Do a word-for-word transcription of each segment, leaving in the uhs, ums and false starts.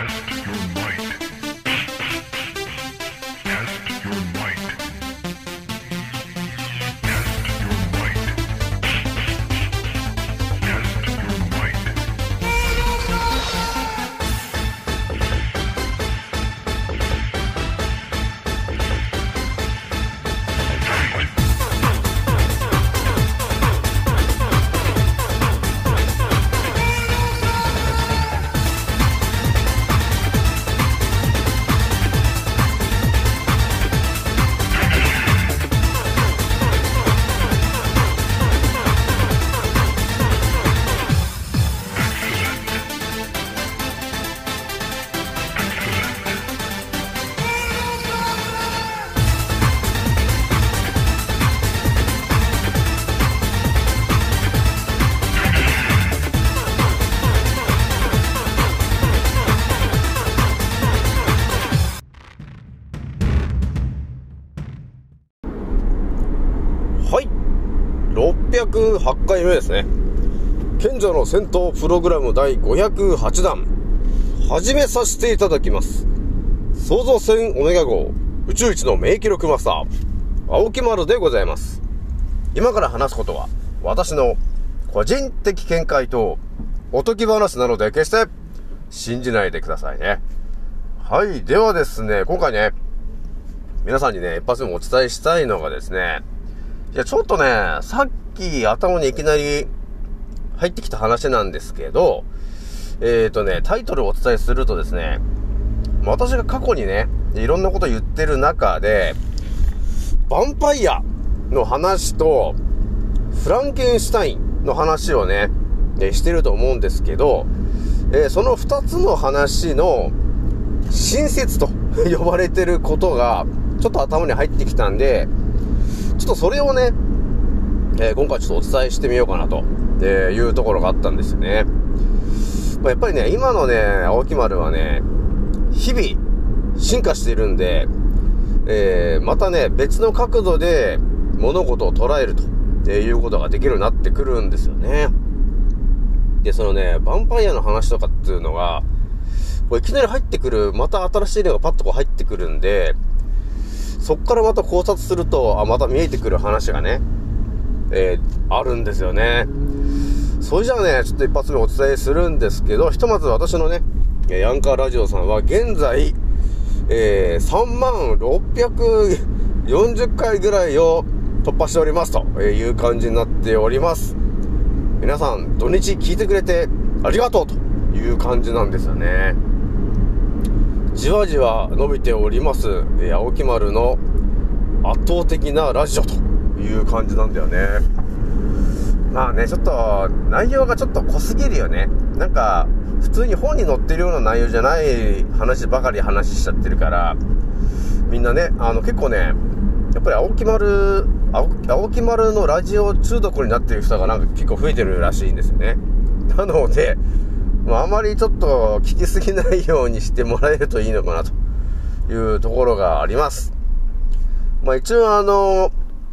ろっぴゃくはちかいめですね。賢者の戦闘プログラムだいごひゃくはちだん始めさせていただきます。創造船オメガ号宇宙一の名記録マスター青木丸でございます。今から話すことは私の個人的見解とおとぎ話なので決して信じないでくださいね。はい、ではですね、今回ね皆さんにね一発目お伝えしたいのがですね、いやちょっとねさっき頭にいきなり入ってきた話なんですけど、えーとねタイトルをお伝えするとですね、私が過去にねいろんなこと言ってる中でヴァンパイアの話とフランケンシュタインの話をねしてると思うんですけど、えー、その二つの話の新説と呼ばれてることがちょっと頭に入ってきたんで、ちょっとそれをね、えー、今回ちょっとお伝えしてみようかなというところがあったんですよね。まあ、やっぱりね今のね青木丸はね日々進化しているんで、えー、またね別の角度で物事を捉えるということができるようになってくるんですよね。でそのねヴァンパイアの話とかっていうのがこういきなり入ってくる、また新しいのがパッとこう入ってくるんで、そっからまた考察するとあまた見えてくる話がね、えー、あるんですよね。それじゃあねちょっと一発目お伝えするんですけど、ひとまず私のねアンカーラジオさんは現在、えー、さんまんろっぴゃくよんじゅっかいぐらいを突破しておりますという感じになっております。皆さん土日聞いてくれてありがとうという感じなんですよね。じわじわ伸びております、えー、青木丸の圧倒的なラジオという感じなんだよね。まあねちょっと内容がちょっと濃すぎるよね。なんか普通に本に載ってるような内容じゃない話ばかり話しちゃってるから、みんなねあの結構ねやっぱり青木丸青、青木丸のラジオ中毒になってる人がなんか結構増えてるらしいんですよね。なのでまあ、あまりちょっと聞きすぎないようにしてもらえるといいのかなというところがあります。まあ一応あの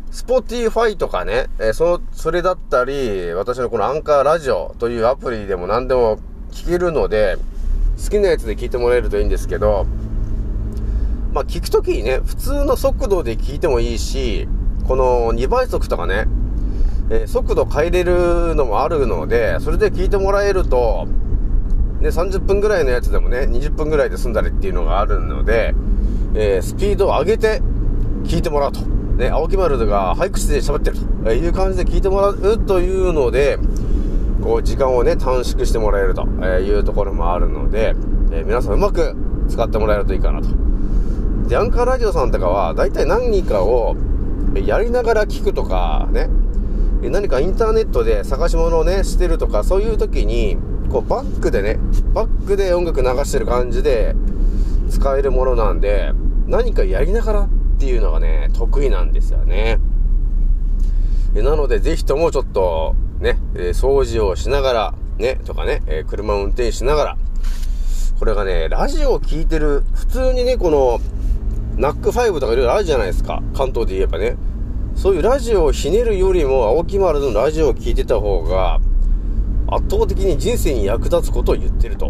Spotify とかね、えー、そそれだったり私のこのアンカーラジオというアプリでも何でも聞けるので、好きなやつで聞いてもらえるといいんですけど、まあ聞くときにね普通の速度で聞いてもいいし、このにばい速とかね、えー、速度変えれるのもあるので、それで聞いてもらえるとね、さんじゅっぷんぐらいのやつでもねにじゅっぷんぐらいで済んだりっていうのがあるので、えー、スピードを上げて聞いてもらうと、ね、青木丸が早口で喋ってるという感じで聞いてもらうというので、こう時間をね短縮してもらえるというところもあるので、えー、皆さんうまく使ってもらえるといいかなと。でアンカーラジオさんとかはだいたい何かをやりながら聞くとかね、何かインターネットで探し物をねしてるとか、そういう時にこうバックでねバックで音楽流してる感じで使えるものなんで、何かやりながらっていうのがね得意なんですよね。えなのでぜひともちょっとね、えー、掃除をしながらねとかね、えー、車を運転しながら、これがねラジオを聞いてる、普通にねこのナックファイブとかいろいろあるじゃないですか、関東で言えばね。そういうラジオをひねるよりも青木丸のラジオを聞いてた方が圧倒的に人生に役立つことを言ってると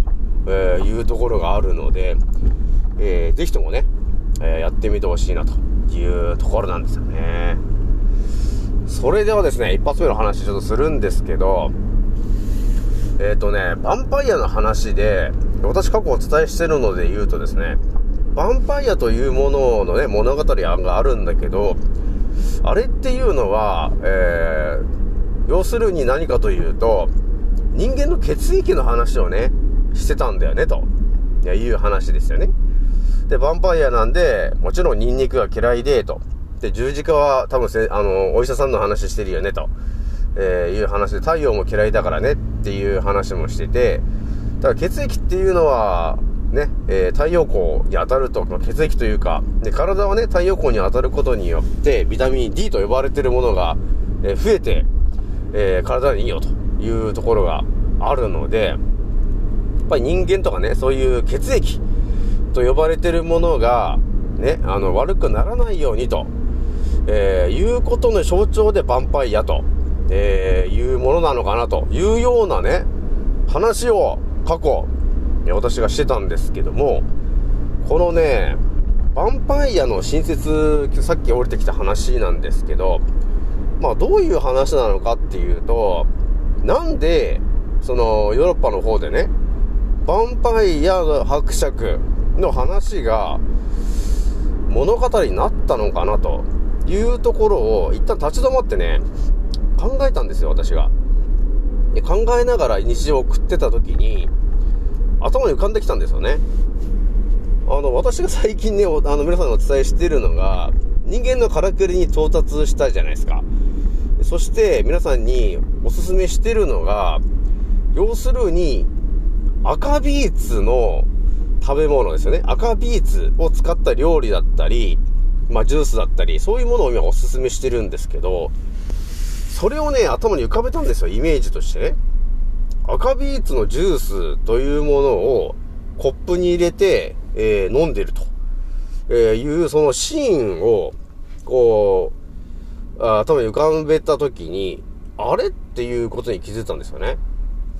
えー、いうところがあるので、えー、ぜひともね、えー、やってみてほしいなというところなんですよね。それではですね、一発目の話ちょっとするんですけど、えっとね、ヴァンパイアの話で、私過去お伝えしてるので言うとですね、ヴァンパイアというもののね、物語があるんだけど、あれっていうのは、えー、要するに何かというと、人間の血液の話をね、してたんだよね、という話ですよね。で、ヴァンパイアなんで、もちろんニンニクが嫌いで、と。で、十字架は多分せ、あの、お医者さんの話してるよね、と、えー、いう話で、太陽も嫌いだからね、っていう話もしてて、だから血液っていうのは、ね、えー、太陽光に当たると、まあ、血液というか、で、体はね、太陽光に当たることによって、ビタミン D と呼ばれているものが、えー、増えて、えー、体にいいよというところがあるので、やっぱり人間とかね、そういう血液と呼ばれているものが、ね、あの、悪くならないようにと、えー、いうことの象徴でヴァンパイアと、えー、いうものなのかなというようなね、話を過去、私がしてたんですけども、このね、ヴァンパイアの新説、さっき降りてきた話なんですけど、まあどういう話なのかっていうと、なんで、そのヨーロッパの方でね、ヴァンパイアの伯爵の話が物語になったのかなというところを一旦立ち止まってね、考えたんですよ、私が。で、考えながら日常を送ってた時に、頭に浮かんできたんですよね。あの、私が最近ね、あの、皆さんにお伝えしているのが、人間のからくりに到達したじゃないですか。そして、皆さんにおすすめしているのが、要するに、赤ビーツの食べ物ですよね。赤ビーツを使った料理だったり、まあ、ジュースだったり、そういうものを今おすすめしてるんですけど、それをね、頭に浮かべたんですよ、イメージとしてね。赤ビーツのジュースというものをコップに入れて、えー、飲んでると、えー、いうそのシーンをこうあ頭に浮かべたときに、あれっていうことに気づいたんですよね。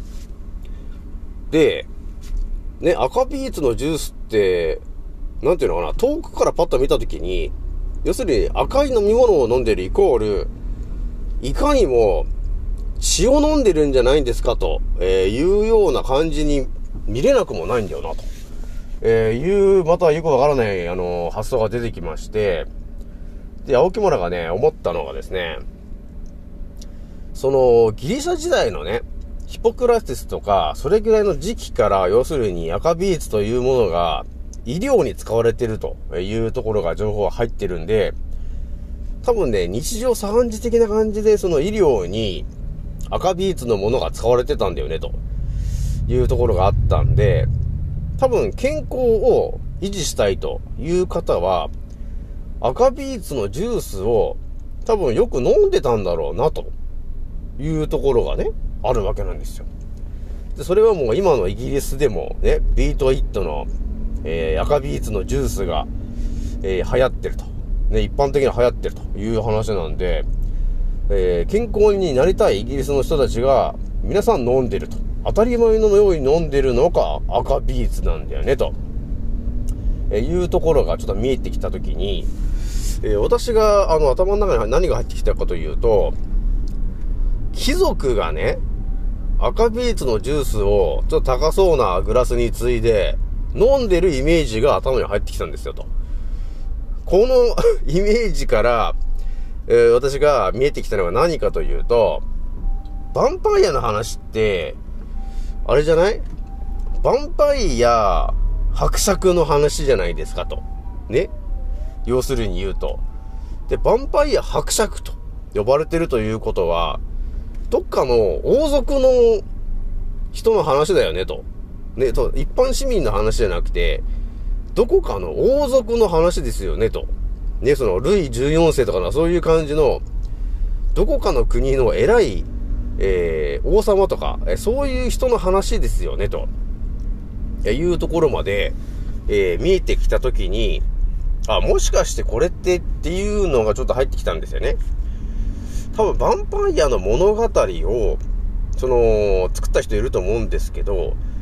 で、ね、赤ビーツのジュースってなんていうのかな、遠くからパッと見たときに、要するに赤い飲み物を飲んでるイコール、いかにも血を飲んでるんじゃないんですかと、えー、いうような感じに見れなくもないんだよなと、えー、いうまたよくわからないあの発想が出てきまして、で青木村がね思ったのがですね、そのギリシャ時代のねヒポクラテスとかそれぐらいの時期から、要するに赤ビーツというものが医療に使われてるというところが情報が入ってるんで、多分ね日常茶飯事的な感じでその医療に赤ビーツのものが使われてたんだよねというところがあったんで、多分健康を維持したいという方は赤ビーツのジュースを多分よく飲んでたんだろうなというところがねあるわけなんですよ。でそれはもう今のイギリスでもね、ビートイットの、えー、赤ビーツのジュースが、えー、流行ってると、ね、一般的に流行ってるという話なんで、えー、健康になりたいイギリスの人たちが皆さん飲んでると、当たり前のように飲んでるのが赤ビーツなんだよねと、えー、いうところがちょっと見えてきたときに、えー、私があの頭の中に何が入ってきたかというと、貴族がね赤ビーツのジュースをちょっと高そうなグラスについで飲んでるイメージが頭に入ってきたんですよと。このイメージからえー、私が見えてきたのは何かというと、ヴァンパイアの話ってあれじゃない？ヴァンパイア伯爵の話じゃないですかとね、要するに言うと。で、ヴァンパイア伯爵と呼ばれてるということは、どっかの王族の人の話だよねとね、と一般市民の話じゃなくて、どこかの王族の話ですよねとね、そのルイじゅうよんせいとかのそういう感じのどこかの国の偉い、えー、王様とか、えそういう人の話ですよねというところまで、えー、見えてきたときに、あ、もしかしてこれってっていうのがちょっと入ってきたんですよね。多分ヴァンパイアの物語をその作った人いると思うんですけど、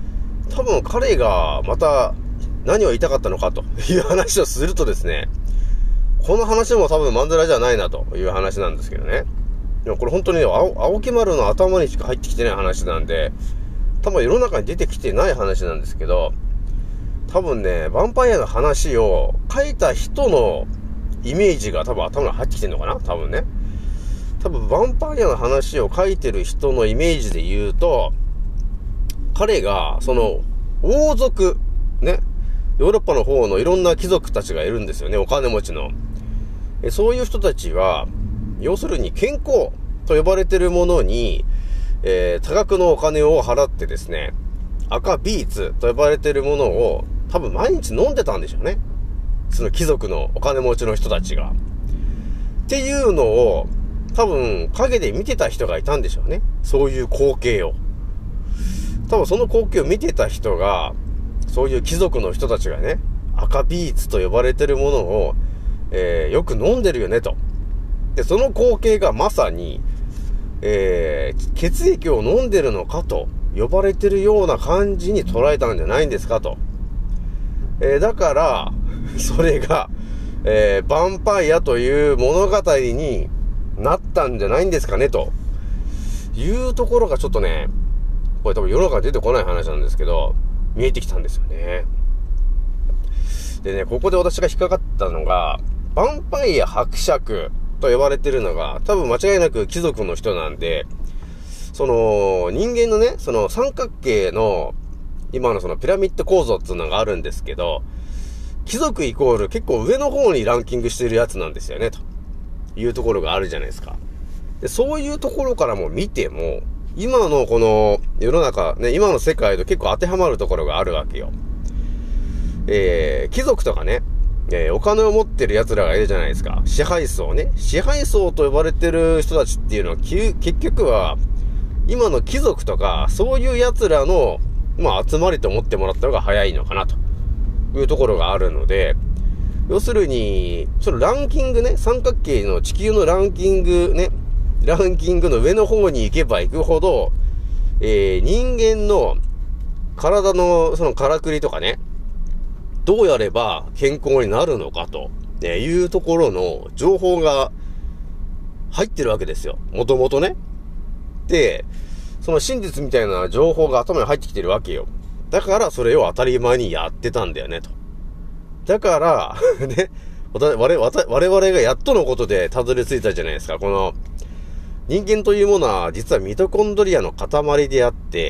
多分彼がまた何を言いたかったのかという話をするとですね、この話も多分マンデラじゃないなという話なんですけどね。でもこれ本当に青、青木丸の頭にしか入ってきてない話なんで、多分世の中に出てきてない話なんですけど、多分ね、ヴァンパイアの話を書いた人のイメージが多分頭に入ってきてるのかな、多分ね。多分ヴァンパイアの話を書いてる人のイメージで言うと、彼がその王族ね、ヨーロッパの方のいろんな貴族たちがいるんですよね、お金持ちの。えそういう人たちは要するに健康と呼ばれてるものに、えー、多額のお金を払ってですね、赤ビーツと呼ばれてるものを多分毎日飲んでたんでしょうね、その貴族のお金持ちの人たちが。っていうのを多分陰で見てた人がいたんでしょうね、そういう光景を。多分その光景を見てた人が、そういう貴族の人たちがね、赤ビーツと呼ばれてるものを、えー、よく飲んでるよねと。で、その光景がまさに、えー、血液を飲んでるのかと呼ばれてるような感じに捉えたんじゃないんですかと。えー、だから、それが、えー、ヴァンパイアという物語になったんじゃないんですかねというところがちょっとね、これ多分世の中に出てこない話なんですけど、見えてきたんですよね。でね、ここで私が引っかかったのが、ヴァンパイア伯爵と呼ばれてるのが、多分間違いなく貴族の人なんで、その、人間のね、その三角形の、今のそのピラミッド構造っていうのがあるんですけど、貴族イコール結構上の方にランキングしてるやつなんですよね、というところがあるじゃないですか。で、そういうところからも見ても、今のこの世の中ね、今の世界と結構当てはまるところがあるわけよ。えー、貴族とかね、えー、お金を持ってる奴らがいるじゃないですか。支配層ね。支配層と呼ばれてる人たちっていうのは、結局は、今の貴族とか、そういう奴らの、まあ、集まりと思ってもらった方が早いのかな、というところがあるので、要するに、そのランキングね、三角形の地球のランキングね、ランキングの上の方に行けば行くほど、えー、人間の体のそのからくりとかね、どうやれば健康になるのかというところの情報が入ってるわけですよ。もともとね。で、その真実みたいな情報が頭に入ってきてるわけよ。だからそれを当たり前にやってたんだよねと。だから、ね、我々、我々がやっとのことでたどり着いたじゃないですか。この人間というものは実はミトコンドリアの塊であって、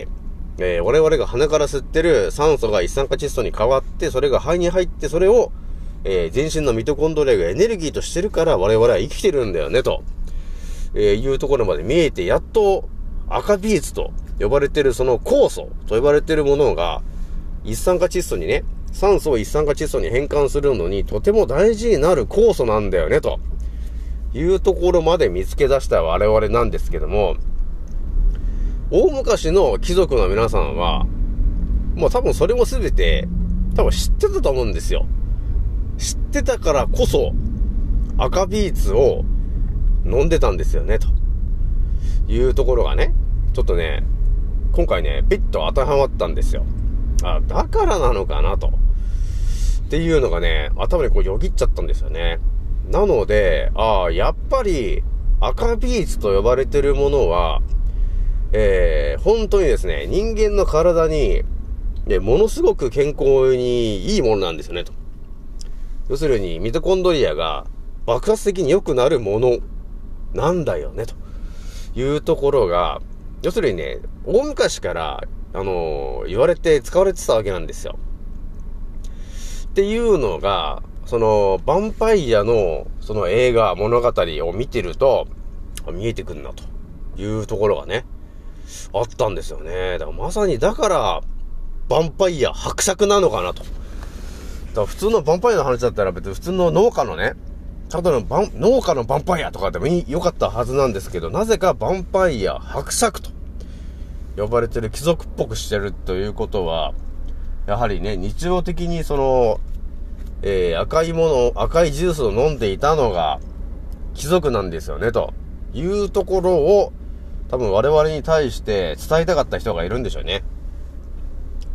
えー、我々が鼻から吸ってる酸素が一酸化窒素に変わって、それが肺に入って、それを、えー、全身のミトコンドリアがエネルギーとしてるから我々は生きてるんだよね、と、えー、いうところまで見えて、やっと赤ビーツと呼ばれてるその酵素と呼ばれてるものが、一酸化窒素にね、酸素を一酸化窒素に変換するのにとても大事になる酵素なんだよね、というところまで見つけ出した我々なんですけども、大昔の貴族の皆さんは、もう多分それも全て、多分知ってたと思うんですよ。知ってたからこそ、赤ビーツを飲んでたんですよね、というところがね、ちょっとね、今回ね、ピッと当てはまったんですよ。あ、だからなのかな、と。っていうのがね、頭にこうよぎっちゃったんですよね。なので、ああ、やっぱり赤ビーツと呼ばれてるものは、えー、本当にですね、人間の体に、ね、ものすごく健康にいいものなんですよね、と。要するに、ミトコンドリアが爆発的に良くなるものなんだよね、というところが、要するにね、大昔から、あのー、言われて使われてたわけなんですよ。っていうのが、その、ヴァンパイアの、その映画、物語を見てると、見えてくるな、というところがね、あったんですよね。だからまさに、だから、ヴァンパイア伯爵なのかな、と。だから普通のヴァンパイアの話だったら、別に普通の農家のね、ただのバン農家のヴァンパイアとかでもいい、よかったはずなんですけど、なぜかヴァンパイア伯爵と呼ばれてる貴族っぽくしてるということは、やはりね、日常的にその、えー、赤いもの、赤いジュースを飲んでいたのが貴族なんですよね、というところを多分我々に対して伝えたかった人がいるんでしょうね。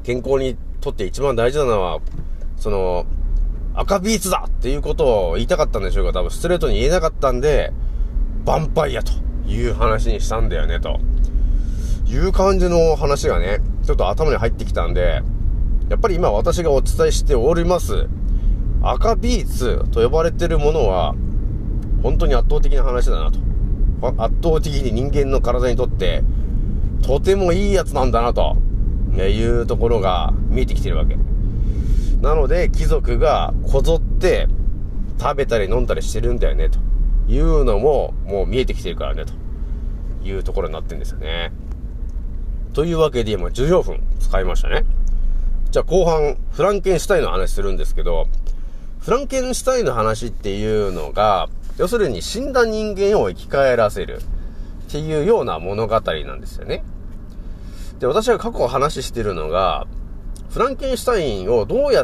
健康にとって一番大事なのは、その、赤ビーツだっていうことを言いたかったんでしょうが、多分ストレートに言えなかったんで、ヴァンパイアという話にしたんだよね、という感じの話がね、ちょっと頭に入ってきたんで、やっぱり今私がお伝えしております、赤ビーツと呼ばれているものは、本当に圧倒的な話だなと。圧倒的に人間の体にとって、とてもいいやつなんだなというところが見えてきてるわけ。なので貴族がこぞって食べたり飲んだりしてるんだよねというのももう見えてきてるからねというところになってるんですよね。というわけで今じゅうよんぷん使いましたね。じゃあ後半フランケンシュタインの話するんですけど、フランケンシュタインの話っていうのが要するに死んだ人間を生き返らせるっていうような物語なんですよね。で、私が過去話してるのがフランケンシュタインをどうやって、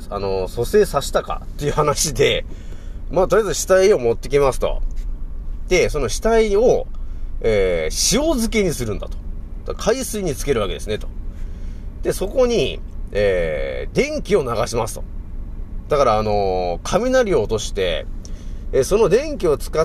あの、蘇生させたかっていう話で、まあ、とりあえず死体を持ってきますと。で、その死体を、えー、塩漬けにするんだと。海水につけるわけですねと。で、そこに、えー、電気を流しますと。だから、あのー、雷を落として、えー、その電気を使って、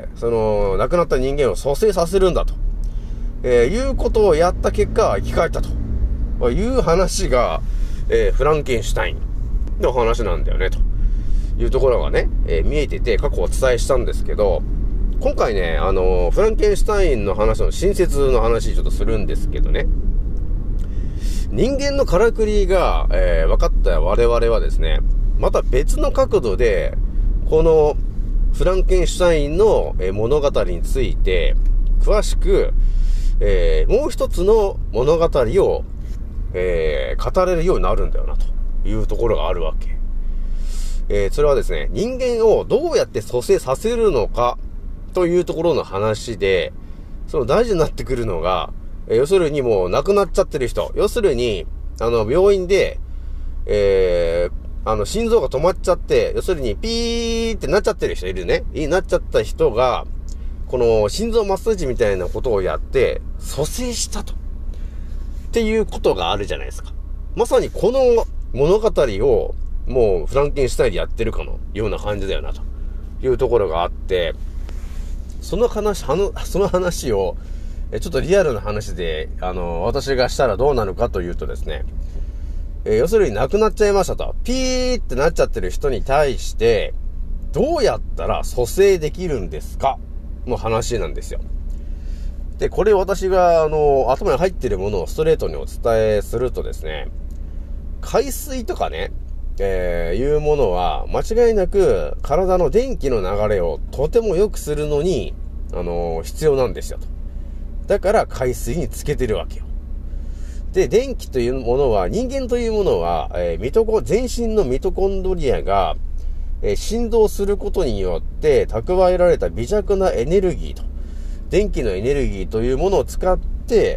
その、亡くなった人間を蘇生させるんだと。えー、いうことをやった結果、生き返ったと。いう話が、えー、フランケンシュタインの話なんだよねというところがね、えー、見えてて過去お伝えしたんですけど、今回ね、あのー、フランケンシュタインの話の新説の話ちょっとするんですけどね、人間のからくりが、えー、分かった我々はですね、また別の角度でこのフランケンシュタインの物語について詳しく、えー、もう一つの物語をえー、語れるようになるんだよなというところがあるわけ。えー、それはですね、人間をどうやって蘇生させるのかというところの話で、その大事になってくるのが、えー、要するにもう亡くなっちゃってる人、要するにあの病院で、えー、あの心臓が止まっちゃって、要するにピーってなっちゃってる人いるね。いなっちゃった人がこの心臓マッサージみたいなことをやって蘇生したと。っていうことがあるじゃないですか。まさにこの物語をもうフランケンシュタインでやってるかのような感じだよなというところがあって、その話、あの、その話をちょっとリアルな話であの私がしたらどうなるかというとですね、えー、要するに亡くなっちゃいましたと、ピーってなっちゃってる人に対してどうやったら蘇生できるんですかの話なんですよ。で、これ私が、あの、頭に入っているものをストレートにお伝えするとですね、海水とかね、えー、いうものは、間違いなく体の電気の流れをとても良くするのに、あのー、必要なんですよと。だから海水につけてるわけよ。で、電気というものは、人間というものは、えー、ミトコ、全身のミトコンドリアが、えー、振動することによって蓄えられた微弱なエネルギーと、電気のエネルギーというものを使って、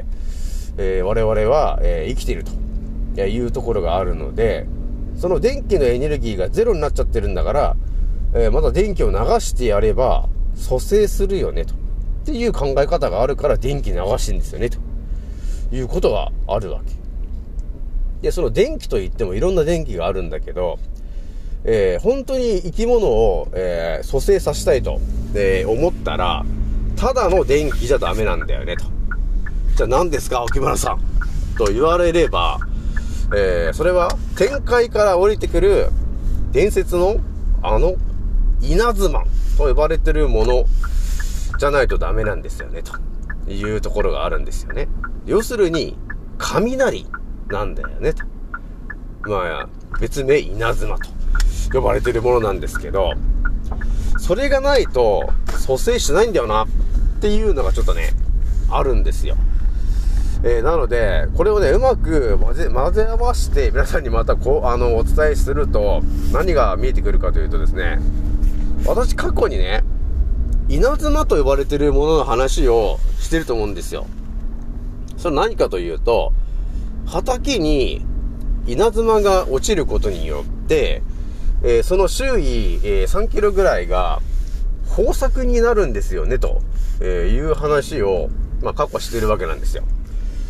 えー、我々は、えー、生きているというところがあるので、その電気のエネルギーがゼロになっちゃってるんだから、えー、まだ電気を流してやれば蘇生するよねとっていう考え方があるから電気流してるんですよねということがあるわけで、その電気といってもいろんな電気があるんだけど、えー、本当に生き物を、えー、蘇生させたいと、えー、思ったらただの電気じゃダメなんだよねと。じゃあ何ですか沖村さんと言われれば、えー、それは天界から降りてくる伝説のあの稲妻と呼ばれてるものじゃないとダメなんですよねというところがあるんですよね。要するに雷なんだよねと。まあ別名稲妻と呼ばれてるものなんですけど、それがないと蘇生しないんだよなっていうのがちょっとねあるんですよ。えー、なのでこれをねうまく混ぜ混ぜ合わせて皆さんにまたこうあのお伝えすると何が見えてくるかというとですね、私過去にね稲妻と呼ばれているものの話をしてると思うんですよ。それ何かというと、畑に稲妻が落ちることによって、えー、その周囲、えー、さんキロぐらいが豊作になるんですよねと、えー、いう話を、まあ、過去しているわけなんですよ。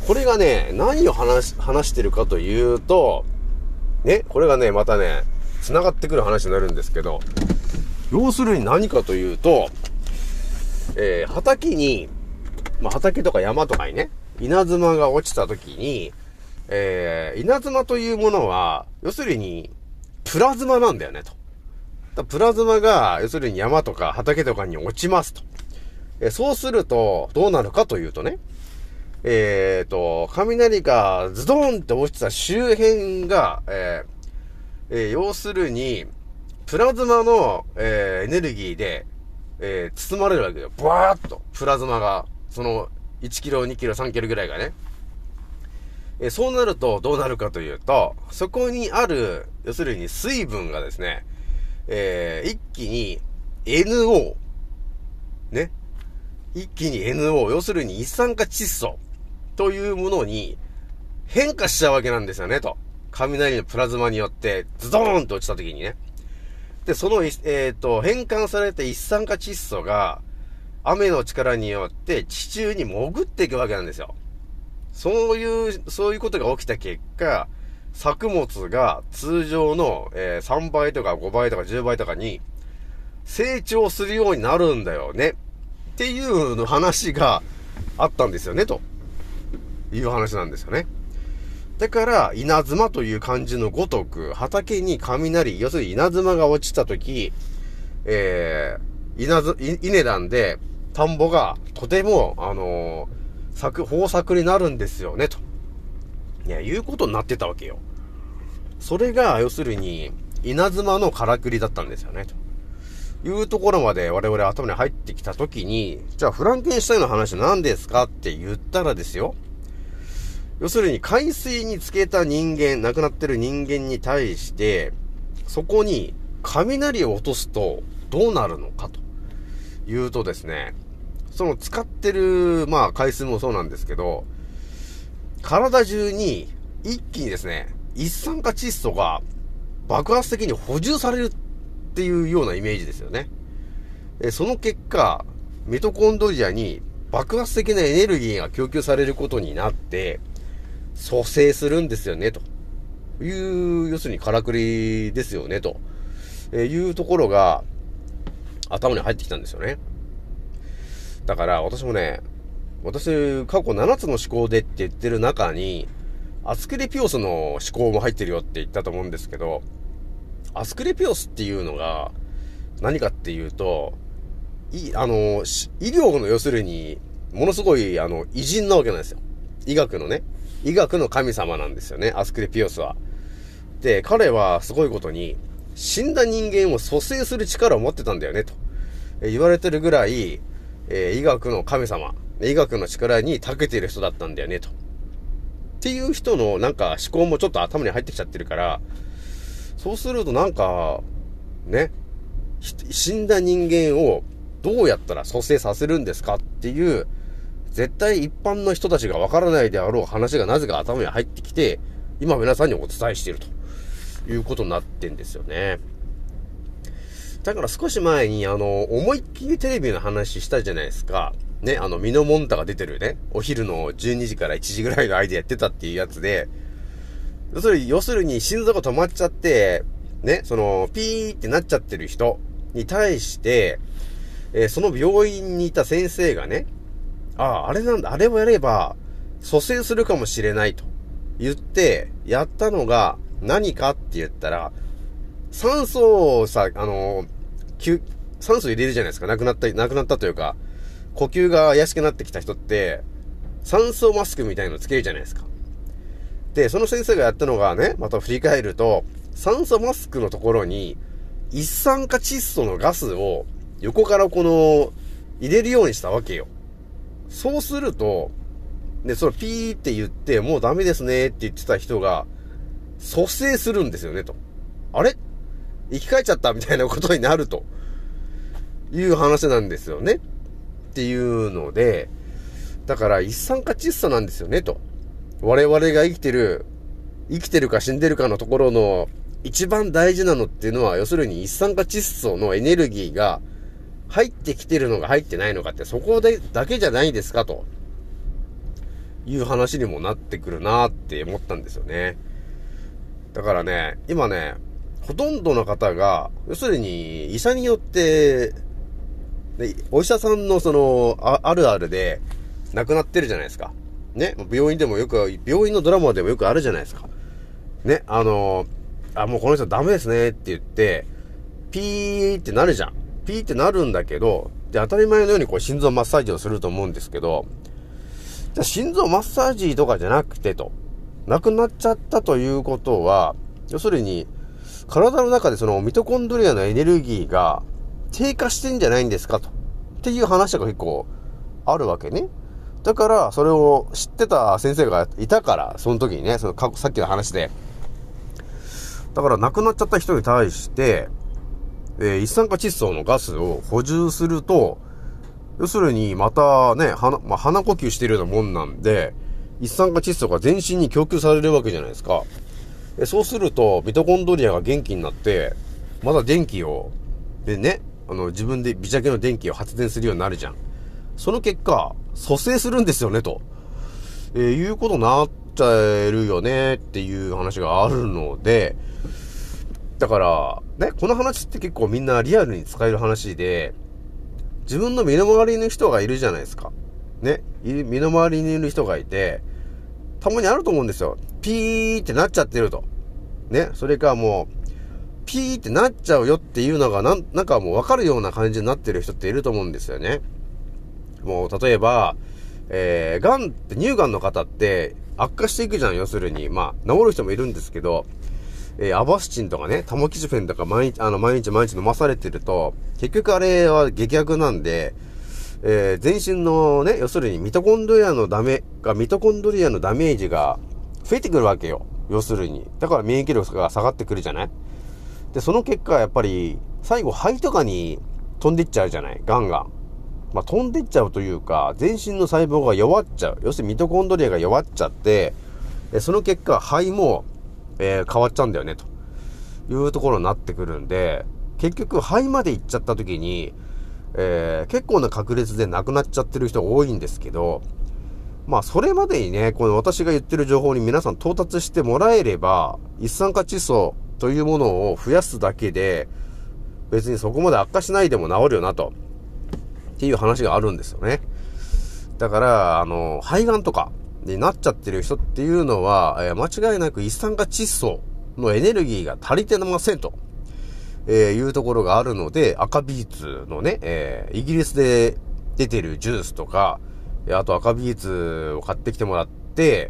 これがね、何を話し、話してるかというと、ね、これがね、またね、繋がってくる話になるんですけど、要するに何かというと、えー、畑に、まあ、畑とか山とかにね、稲妻が落ちた時に、えー、稲妻というものは、要するに、プラズマなんだよね、と。だプラズマが、要するに山とか畑とかに落ちますと。えー、そうすると、どうなるかというとね、えーと、雷がズドーンって落ちた周辺が、えーえー、要するに、プラズマの、えー、エネルギーで、えー、包まれるわけよ。ブワーッと、プラズマが、その、いちキロ、にキロ、さんキロぐらいがね。えー、そうなると、どうなるかというと、そこにある、要するに水分がですね、えー、一気に エヌオー、ね。一気に エヌオー、要するに一酸化窒素というものに変化しちゃうわけなんですよね、と。雷のプラズマによって、ズドーンと落ちた時にね。で、その、えっと、変換された一酸化窒素が、雨の力によって地中に潜っていくわけなんですよ。そういう、そういうことが起きた結果、作物が通常の、えー、さんばいとかごばいとかじゅうばいとかに成長するようになるんだよね。っていうの話があったんですよね、という話なんですよね。だから、稲妻という漢字のごとく、畑に雷、要するに稲妻が落ちたとき、えー、稲ず、稲なんで、田んぼがとても、あのー、作、豊作になるんですよね、と。いや、いうことになってたわけよ。それが、要するに、稲妻のからくりだったんですよね、というところまで我々頭に入ってきたときに、じゃあフランケンシュタインの話何ですかって言ったらですよ。要するに海水につけた人間、亡くなってる人間に対して、そこに雷を落とすとどうなるのかというとですね、その使ってる、まあ海水もそうなんですけど、体中に一気にですね、一酸化窒素が爆発的に補充されるっていうようなイメージですよね。えその結果、ミトコンドリアに爆発的なエネルギーが供給されることになって、蘇生するんですよね、という、要するにからくりですよね、というところが頭に入ってきたんですよね。だから私もね、私過去ななつの思考でって言ってる中に、アスクレピオスの思考も入ってるよって言ったと思うんですけど、アスクレピオスっていうのが何かっていうと、い、あの、医療の要するに、ものすごい、あの、偉人なわけなんですよ。医学のね。医学の神様なんですよね、アスクレピオスは。で、彼はすごいことに、死んだ人間を蘇生する力を持ってたんだよね、と。え言われてるぐらい、えー、医学の神様、医学の力に長けている人だったんだよね、と。っていう人のなんか思考もちょっと頭に入ってきちゃってるから、そうするとなんか、ね、死んだ人間をどうやったら蘇生させるんですかっていう、絶対一般の人たちがわからないであろう話がなぜか頭に入ってきて、今皆さんにお伝えしているということになってんですよね。だから少し前にあの、思いっきりテレビの話したじゃないですか。ね、あの、ミノモンタが出てるね、お昼のじゅうにじからいちじぐらいの間やってたっていうやつで、要するに、要するに心臓が止まっちゃって、ね、その、ピーってなっちゃってる人に対して、えー、その病院にいた先生がね、ああ、あれなんだ、あれをやれば、蘇生するかもしれないと言って、やったのが何かって言ったら、酸素をさ、あの、酸素入れるじゃないですか。亡くなった、亡くなったというか、呼吸が怪しくなってきた人って、酸素マスクみたいのつけるじゃないですか。で、その先生がやったのがね、また振り返ると、酸素マスクのところに、一酸化窒素のガスを横からこの、入れるようにしたわけよ。そうすると、で、そのピーって言って、もうダメですねって言ってた人が、蘇生するんですよね、と。あれ生き返っちゃったみたいなことになるという話なんですよね。っていうので、だから一酸化窒素なんですよね、と。我々が生きてる、生きてるか死んでるかのところの一番大事なのっていうのは、要するに一酸化窒素のエネルギーが入ってきてるのか入ってないのかって、そこでだけじゃないですかという話にもなってくるなって思ったんですよね。だからね、今ね、ほとんどの方が、要するに医者によって、ね、お医者さんのその、あ、あるあるで亡くなってるじゃないですか。ね、病院でもよく、病院のドラマでもよくあるじゃないですか。ね、あの、あ、もうこの人ダメですねって言って、ピーってなるじゃん。ピーってなるんだけど、で、当たり前のようにこう心臓マッサージをすると思うんですけど、じゃあ心臓マッサージとかじゃなくてと、亡くなっちゃったということは、要するに、体の中でそのミトコンドリアのエネルギーが低下してんじゃないんですかと。っていう話が結構あるわけね。だから、それを知ってた先生がいたから、その時にね、その過去、さっきの話で。だから亡くなっちゃった人に対して、えー、一酸化窒素のガスを補充すると、要するにまたね、鼻、まあ、鼻呼吸してるようなもんなんで、一酸化窒素が全身に供給されるわけじゃないですか。えそうすると、ミトコンドリアが元気になって、また電気を、でね、あの、自分で微弱の電気を発電するようになるじゃん。その結果、蘇生するんですよね、と。えー、いうことになっちゃえるよね、っていう話があるので、だから、ね、この話って結構みんなリアルに使える話で、自分の身の回りの人がいるじゃないですか。ね、身の回りにいる人がいて、たまにあると思うんですよ。ピーってなっちゃってると。ね、それかもう、ピーってなっちゃうよっていうのがなん、なんかもうわかるような感じになってる人っていると思うんですよね。もう、例えば、えー、癌って、乳がんの方って悪化していくじゃん、要するに。まあ、治る人もいるんですけど、えー、アバスチンとかね、タモキシフェンとか毎日、あの、毎日毎日飲まされてると、結局あれは劇薬なんで、えー、全身のね、要するにミトコンドリアのダメ、が、ミトコンドリアのダメージが増えてくるわけよ。要するに。だから免疫力が下がってくるじゃない？で、その結果、やっぱり、最後肺とかに飛んでいっちゃうじゃない？ガンが。まあ、飛んでいっちゃうというか、全身の細胞が弱っちゃう。要するにミトコンドリアが弱っちゃって、その結果、肺も、えー、変わっちゃうんだよね、というところになってくるんで、結局、肺まで行っちゃった時に、えー、結構な確率で亡くなっちゃってる人が多いんですけど、まあ、それまでにね、この私が言ってる情報に皆さん到達してもらえれば、一酸化窒素というものを増やすだけで、別にそこまで悪化しないでも治るよなと。っていう話があるんですよね。だから、あの、肺がんとかになっちゃってる人っていうのは、えー、間違いなく一酸化窒素のエネルギーが足りてませんと、えー、いうところがあるので、赤ビーツのね、えー、イギリスで出てるジュースとか、あと赤ビーツを買ってきてもらって、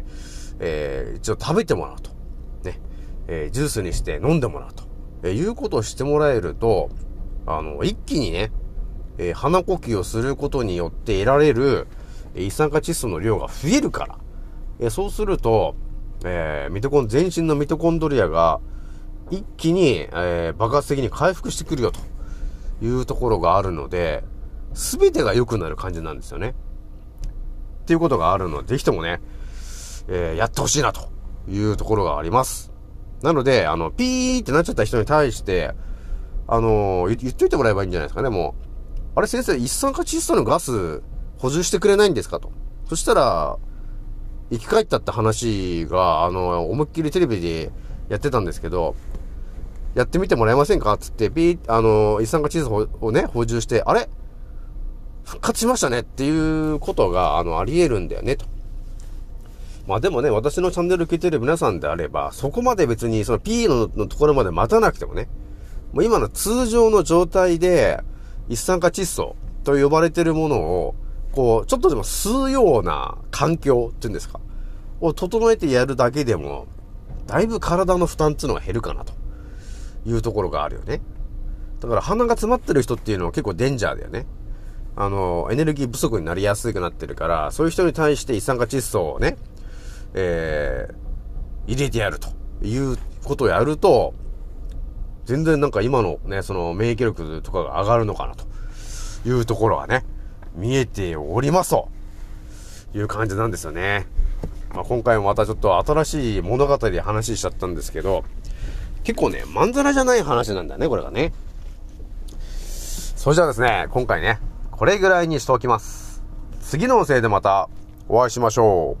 えー、一応食べてもらうと。ね。えー、ジュースにして飲んでもらうと。えー、いうことをしてもらえると、あの、一気にね、えー、鼻呼吸をすることによって得られる、えー、一酸化窒素の量が増えるから。えー、そうすると、えー、ミトコン、全身のミトコンドリアが一気に、えー、爆発的に回復してくるよというところがあるので、すべてが良くなる感じなんですよね。っていうことがあるので、ぜひともね、えー、やってほしいなというところがあります。なので、あの、ピーってなっちゃった人に対して、あのー、言っといてもらえばいいんじゃないですかね、もう。あれ先生、一酸化窒素のガス補充してくれないんですかと。そしたら、生き返ったって話が、あの、思いっきりテレビでやってたんですけど、やってみてもらえませんかつって、ピー、あの、一酸化窒素をね、補充して、あれ復活しましたねっていうことが、あの、あり得るんだよね、と。まあでもね、私のチャンネル聞いてる皆さんであれば、そこまで別に、その P の, のところまで待たなくてもね、もう今の通常の状態で、一酸化窒素と呼ばれているものを、こう、ちょっとでも吸うような環境っていうんですか、を整えてやるだけでも、だいぶ体の負担っていうのが減るかなというところがあるよね。だから鼻が詰まってる人っていうのは結構デンジャーだよね。あの、エネルギー不足になりやすくなってるから、そういう人に対して一酸化窒素をね、えー、入れてやるということをやると、全然なんか今のね、その免疫力とかが上がるのかなというところはね、見えておりますという感じなんですよね。まあ、今回もまたちょっと新しい物語で話しちゃったんですけど、結構ね、まんざらじゃない話なんだよね、これがね。それじゃあですね、今回ね、これぐらいにしておきます。次の音声でまたお会いしましょう。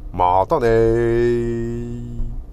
またねー。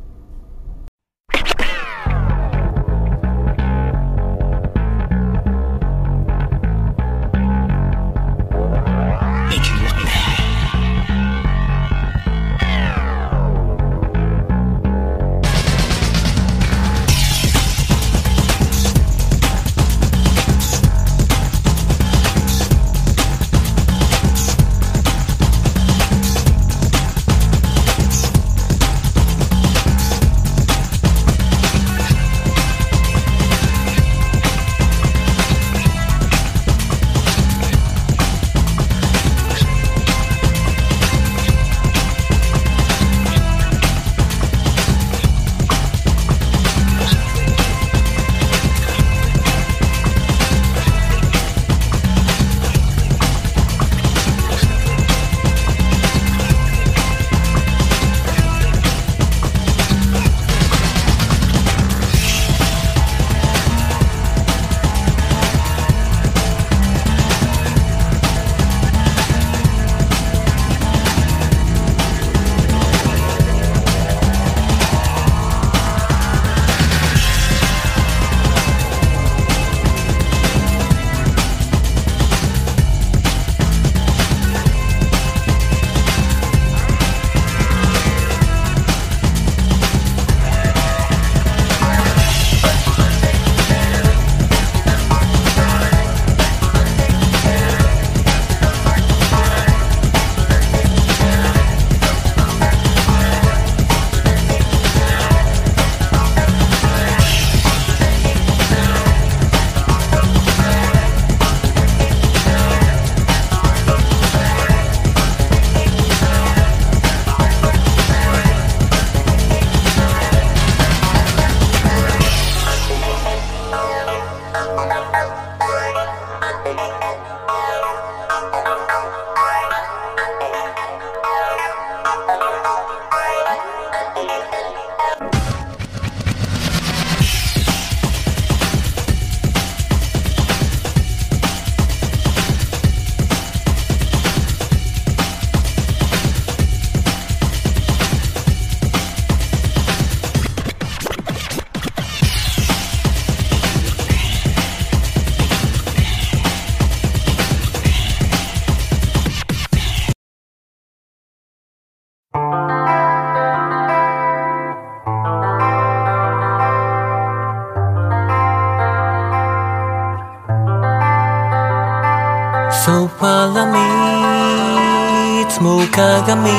ソファーにいつも鏡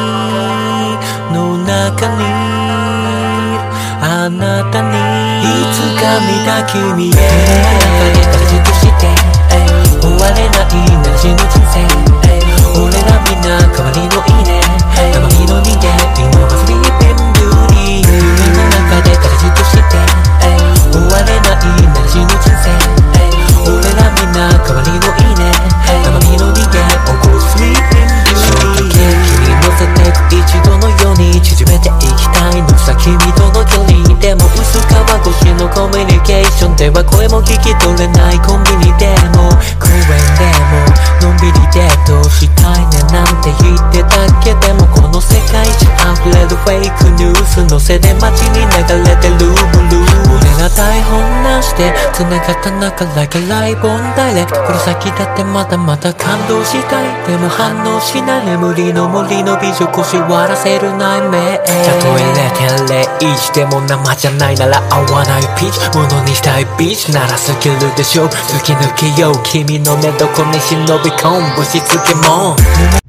の中にあなたにいつか見た君へ中で形として終われないなら死ぬ人生俺らみんな代わりのいいね生身の人間今はスリーピングリー夢の中で形として終われないなら死ぬ人生俺らみんな代わりのいいね生身の人間をこうスリーピングリー君に乗せてく一度のように縮めていきたいのさ君との距離でも薄皮越しのコミュニケーションでは声も聞き取れないコンビニでも公園でものんびりデートしたいねなんて言ってたけでもこの世界中溢れるフェイクニュースのせで街に流れてるブルー俺ら台本なしで繋がった中 Like a live on direct この先だってまだまだ感動したいでも反応しない眠りの森の美女腰割らせる内面たとえ ゼロてんゼロいち でも生じゃないなら合わないピッチものにしたいビーチならスキルでしょ突き抜けよう君の寝床に忍び込むぶしつけも